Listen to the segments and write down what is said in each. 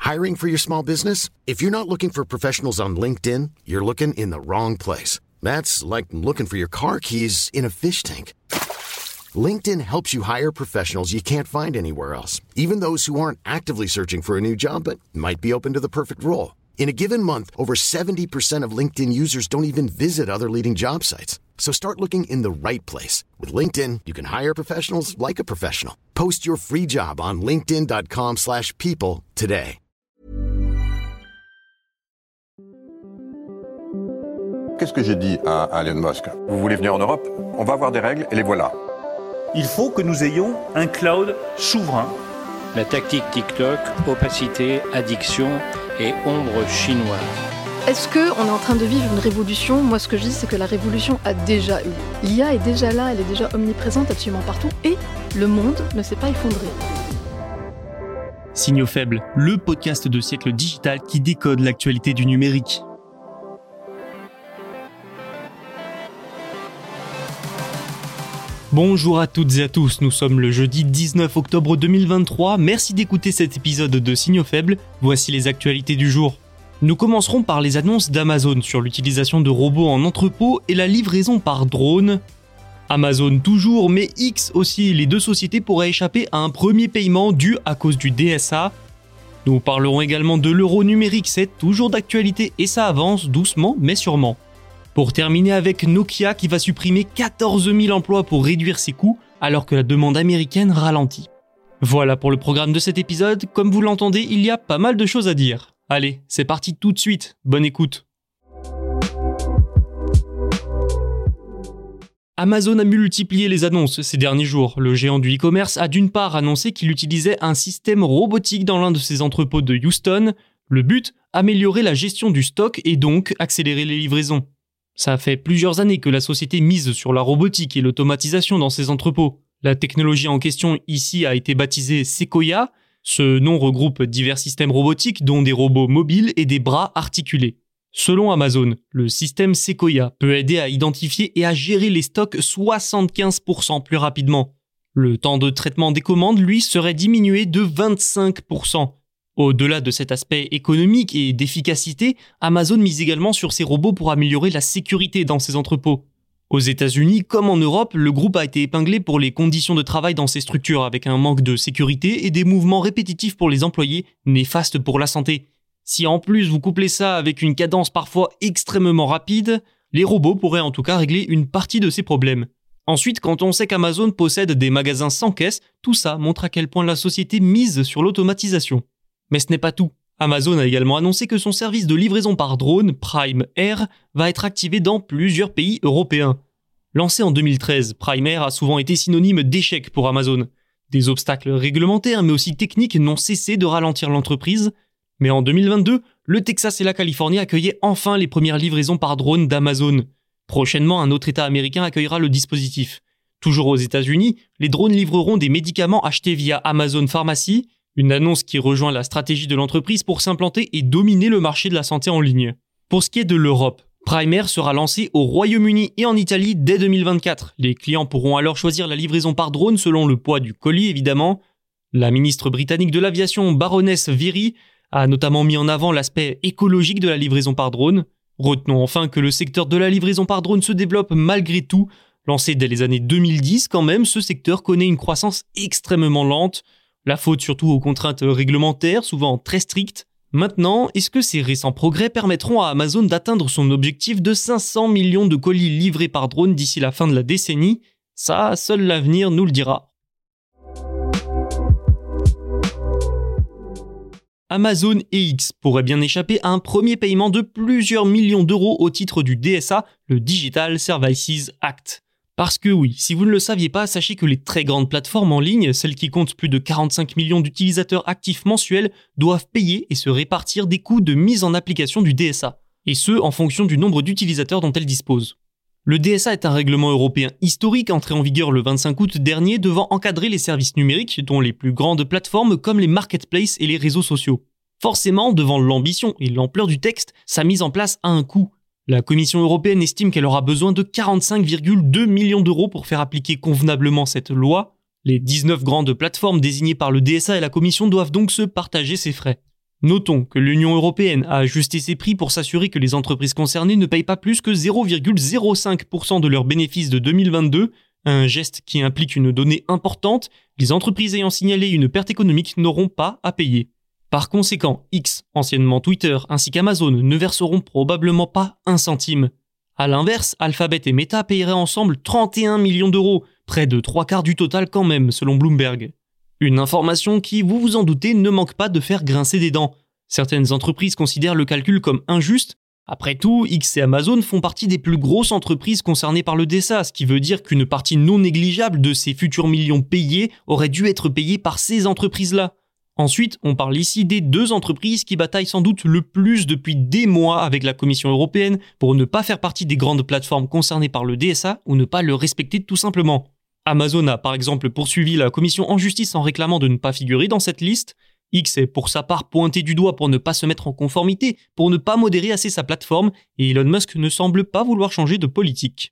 Hiring for your small business? If you're not looking for professionals on LinkedIn, you're looking in the wrong place. That's like looking for your car keys in a fish tank. LinkedIn helps you hire professionals you can't find anywhere else, even those who aren't actively searching for a new job but might be open to the perfect role. In a given month, over 70% of LinkedIn users don't even visit other leading job sites. So start looking in the right place. With LinkedIn, you can hire professionals like a professional. Post your free job on linkedin.com/people today. Qu'est-ce que j'ai dit à Elon Musk ? Vous voulez venir en Europe ? On va avoir des règles et les voilà. Il faut que nous ayons un cloud souverain. La tactique TikTok, opacité, addiction et ombre chinoise. Est-ce qu'on est en train de vivre une révolution ? Moi, ce que je dis, c'est que la révolution a déjà eu. L'IA est déjà là, elle est déjà omniprésente absolument partout, et le monde ne s'est pas effondré. Signaux faibles, le podcast de Siècle Digital qui décode l'actualité du numérique. Bonjour à toutes et à tous, nous sommes le jeudi 19 octobre 2023, merci d'écouter cet épisode de Signaux faibles, voici les actualités du jour. Nous commencerons par les annonces d'Amazon sur l'utilisation de robots en entrepôt et la livraison par drone. Amazon toujours, mais X aussi, les deux sociétés pourraient échapper à un premier paiement dû à cause du DSA. Nous parlerons également de l'euro numérique, c'est toujours d'actualité et ça avance doucement mais sûrement. Pour terminer avec Nokia qui va supprimer 14 000 emplois pour réduire ses coûts alors que la demande américaine ralentit. Voilà pour le programme de cet épisode, comme vous l'entendez, il y a pas mal de choses à dire. Allez, c'est parti tout de suite, bonne écoute. Amazon a multiplié les annonces ces derniers jours. Le géant du e-commerce a d'une part annoncé qu'il utilisait un système robotique dans l'un de ses entrepôts de Houston. Le but, améliorer la gestion du stock et donc accélérer les livraisons. Ça fait plusieurs années que la société mise sur la robotique et l'automatisation dans ses entrepôts. La technologie en question ici a été baptisée Sequoia. Ce nom regroupe divers systèmes robotiques dont des robots mobiles et des bras articulés. Selon Amazon, le système Sequoia peut aider à identifier et à gérer les stocks 75% plus rapidement. Le temps de traitement des commandes, lui, serait diminué de 25%. Au-delà de cet aspect économique et d'efficacité, Amazon mise également sur ses robots pour améliorer la sécurité dans ses entrepôts. Aux États-Unis comme en Europe, le groupe a été épinglé pour les conditions de travail dans ses structures avec un manque de sécurité et des mouvements répétitifs pour les employés, néfastes pour la santé. Si en plus vous couplez ça avec une cadence parfois extrêmement rapide, les robots pourraient en tout cas régler une partie de ces problèmes. Ensuite, quand on sait qu'Amazon possède des magasins sans caisse, tout ça montre à quel point la société mise sur l'automatisation. Mais ce n'est pas tout. Amazon a également annoncé que son service de livraison par drone, Prime Air, va être activé dans plusieurs pays européens. Lancé en 2013, Prime Air a souvent été synonyme d'échec pour Amazon. Des obstacles réglementaires mais aussi techniques n'ont cessé de ralentir l'entreprise. Mais en 2022, le Texas et la Californie accueillaient enfin les premières livraisons par drone d'Amazon. Prochainement, un autre État américain accueillera le dispositif. Toujours aux États-Unis, les drones livreront des médicaments achetés via Amazon Pharmacy, une annonce qui rejoint la stratégie de l'entreprise pour s'implanter et dominer le marché de la santé en ligne. Pour ce qui est de l'Europe, Prime Air sera lancé au Royaume-Uni et en Italie dès 2024. Les clients pourront alors choisir la livraison par drone selon le poids du colis évidemment. La ministre britannique de l'aviation, baronesse Viry, a notamment mis en avant l'aspect écologique de la livraison par drone. Retenons enfin que le secteur de la livraison par drone se développe malgré tout. Lancé dès les années 2010 quand même, ce secteur connaît une croissance extrêmement lente. La faute surtout aux contraintes réglementaires, souvent très strictes. Maintenant, est-ce que ces récents progrès permettront à Amazon d'atteindre son objectif de 500 millions de colis livrés par drone d'ici la fin de la décennie ? Ça, seul l'avenir nous le dira. Amazon et X pourraient bien échapper à un premier paiement de plusieurs millions d'euros au titre du DSA, le Digital Services Act. Parce que oui, si vous ne le saviez pas, sachez que les très grandes plateformes en ligne, celles qui comptent plus de 45 millions d'utilisateurs actifs mensuels, doivent payer et se répartir des coûts de mise en application du DSA. Et ce, en fonction du nombre d'utilisateurs dont elles disposent. Le DSA est un règlement européen historique entré en vigueur le 25 août dernier devant encadrer les services numériques, dont les plus grandes plateformes comme les marketplaces et les réseaux sociaux. Forcément, devant l'ambition et l'ampleur du texte, sa mise en place a un coût. La Commission européenne estime qu'elle aura besoin de 45,2 millions d'euros pour faire appliquer convenablement cette loi. Les 19 grandes plateformes désignées par le DSA et la Commission doivent donc se partager ces frais. Notons que l'Union européenne a ajusté ses prix pour s'assurer que les entreprises concernées ne payent pas plus que 0,05% de leurs bénéfices de 2022, un geste qui implique une donnée importante, les entreprises ayant signalé une perte économique n'auront pas à payer. Par conséquent, X, anciennement Twitter, ainsi qu'Amazon ne verseront probablement pas un centime. A l'inverse, Alphabet et Meta paieraient ensemble 31 millions d'euros, près de 3/4 du total quand même, selon Bloomberg. Une information qui, vous vous en doutez, ne manque pas de faire grincer des dents. Certaines entreprises considèrent le calcul comme injuste. Après tout, X et Amazon font partie des plus grosses entreprises concernées par le DSA, ce qui veut dire qu'une partie non négligeable de ces futurs millions payés aurait dû être payée par ces entreprises-là. Ensuite, on parle ici des 2 entreprises qui bataillent sans doute le plus depuis des mois avec la Commission européenne pour ne pas faire partie des grandes plateformes concernées par le DSA ou ne pas le respecter tout simplement. Amazon a par exemple poursuivi la Commission en justice en réclamant de ne pas figurer dans cette liste. X est pour sa part pointé du doigt pour ne pas se mettre en conformité, pour ne pas modérer assez sa plateforme, et Elon Musk ne semble pas vouloir changer de politique.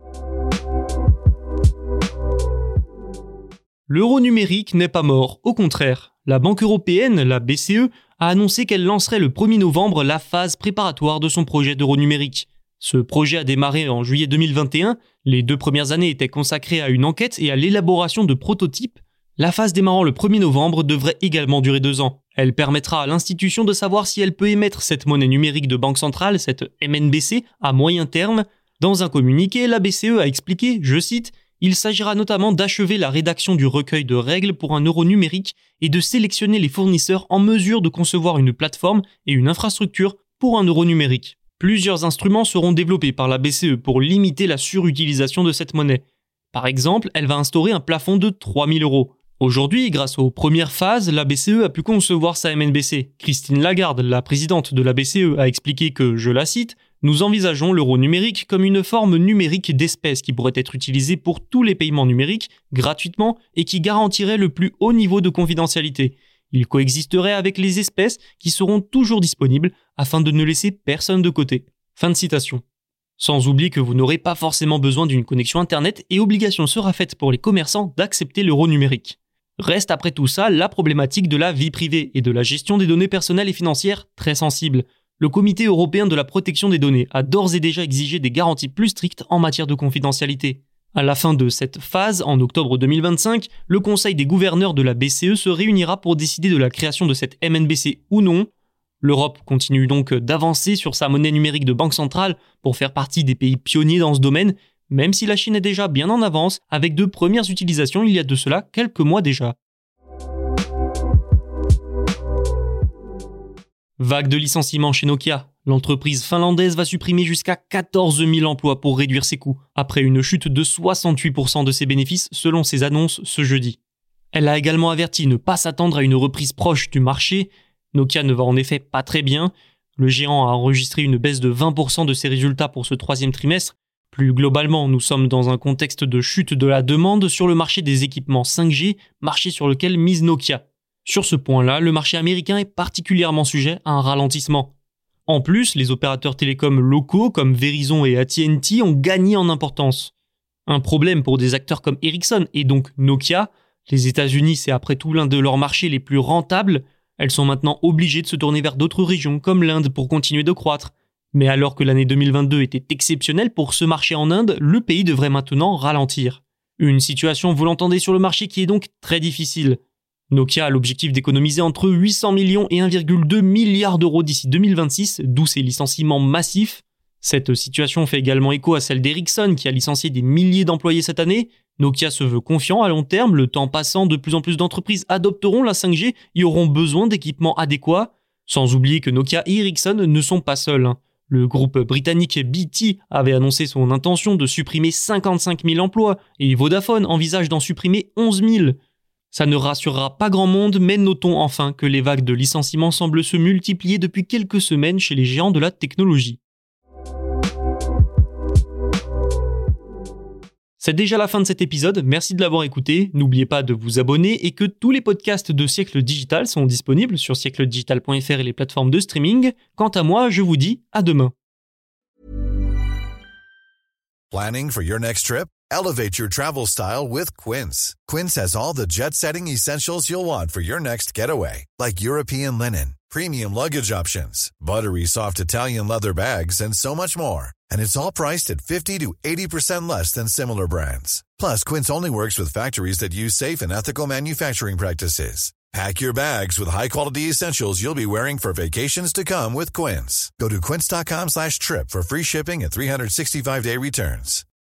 L'euro numérique n'est pas mort, au contraire. La Banque européenne, la BCE, a annoncé qu'elle lancerait le 1er novembre la phase préparatoire de son projet d'euro numérique. Ce projet a démarré en juillet 2021, les 2 premières années étaient consacrées à une enquête et à l'élaboration de prototypes. La phase démarrant le 1er novembre devrait également durer 2 ans. Elle permettra à l'institution de savoir si elle peut émettre cette monnaie numérique de banque centrale, cette MNBC, à moyen terme. Dans un communiqué, la BCE a expliqué, je cite, « Il s'agira notamment d'achever la rédaction du recueil de règles pour un euro numérique et de sélectionner les fournisseurs en mesure de concevoir une plateforme et une infrastructure pour un euro numérique. » Plusieurs instruments seront développés par la BCE pour limiter la surutilisation de cette monnaie. Par exemple, elle va instaurer un plafond de 3 000 €. Aujourd'hui, grâce aux premières phases, la BCE a pu concevoir sa MNBC. Christine Lagarde, la présidente de la BCE, a expliqué que, je la cite, « Nous envisageons l'euro numérique comme une forme numérique d'espèce qui pourrait être utilisée pour tous les paiements numériques, gratuitement, et qui garantirait le plus haut niveau de confidentialité. Il coexisterait avec les espèces qui seront toujours disponibles afin de ne laisser personne de côté. » Fin de citation. Sans oublier que vous n'aurez pas forcément besoin d'une connexion Internet et obligation sera faite pour les commerçants d'accepter l'euro numérique. Reste après tout ça la problématique de la vie privée et de la gestion des données personnelles et financières très sensibles. Le Comité européen de la protection des données a d'ores et déjà exigé des garanties plus strictes en matière de confidentialité. À la fin de cette phase, en octobre 2025, le Conseil des gouverneurs de la BCE se réunira pour décider de la création de cette MNBC ou non. L'Europe continue donc d'avancer sur sa monnaie numérique de banque centrale pour faire partie des pays pionniers dans ce domaine, même si la Chine est déjà bien en avance, avec de premières utilisations il y a de cela quelques mois déjà. Vague de licenciements chez Nokia. L'entreprise finlandaise va supprimer jusqu'à 14 000 emplois pour réduire ses coûts, après une chute de 68% de ses bénéfices selon ses annonces ce jeudi. Elle a également averti ne pas s'attendre à une reprise proche du marché. Nokia ne va en effet pas très bien. Le géant a enregistré une baisse de 20% de ses résultats pour ce 3e trimestre. Plus globalement, nous sommes dans un contexte de chute de la demande sur le marché des équipements 5G, marché sur lequel mise Nokia. Sur ce point-là, le marché américain est particulièrement sujet à un ralentissement. En plus, les opérateurs télécoms locaux comme Verizon et AT&T ont gagné en importance. Un problème pour des acteurs comme Ericsson et donc Nokia. Les États-Unis, c'est après tout l'un de leurs marchés les plus rentables. Elles sont maintenant obligées de se tourner vers d'autres régions comme l'Inde pour continuer de croître. Mais alors que l'année 2022 était exceptionnelle pour ce marché en Inde, le pays devrait maintenant ralentir. Une situation, vous l'entendez, sur le marché qui est donc très difficile. Nokia a l'objectif d'économiser entre 800 millions et 1,2 milliard d'euros d'ici 2026, d'où ces licenciements massifs. Cette situation fait également écho à celle d'Ericsson qui a licencié des milliers d'employés cette année. Nokia se veut confiant à long terme, le temps passant, de plus en plus d'entreprises adopteront la 5G et auront besoin d'équipements adéquats. Sans oublier que Nokia et Ericsson ne sont pas seuls. Le groupe britannique BT avait annoncé son intention de supprimer 55 000 emplois et Vodafone envisage d'en supprimer 11 000. Ça ne rassurera pas grand monde, mais notons enfin que les vagues de licenciements semblent se multiplier depuis quelques semaines chez les géants de la technologie. C'est déjà la fin de cet épisode, merci de l'avoir écouté, n'oubliez pas de vous abonner et que tous les podcasts de Siècle Digital sont disponibles sur siècledigital.fr et les plateformes de streaming. Quant à moi, je vous dis à demain. Planning for your next trip? Elevate your travel style with Quince. Quince has all the jet-setting essentials you'll want for your next getaway, like European linen, premium luggage options, buttery soft Italian leather bags, and so much more. And it's all priced at 50 to 80% less than similar brands. Plus, Quince only works with factories that use safe and ethical manufacturing practices. Pack your bags with high-quality essentials you'll be wearing for vacations to come with Quince. Go to quince.com/trip for free shipping and 365-day returns.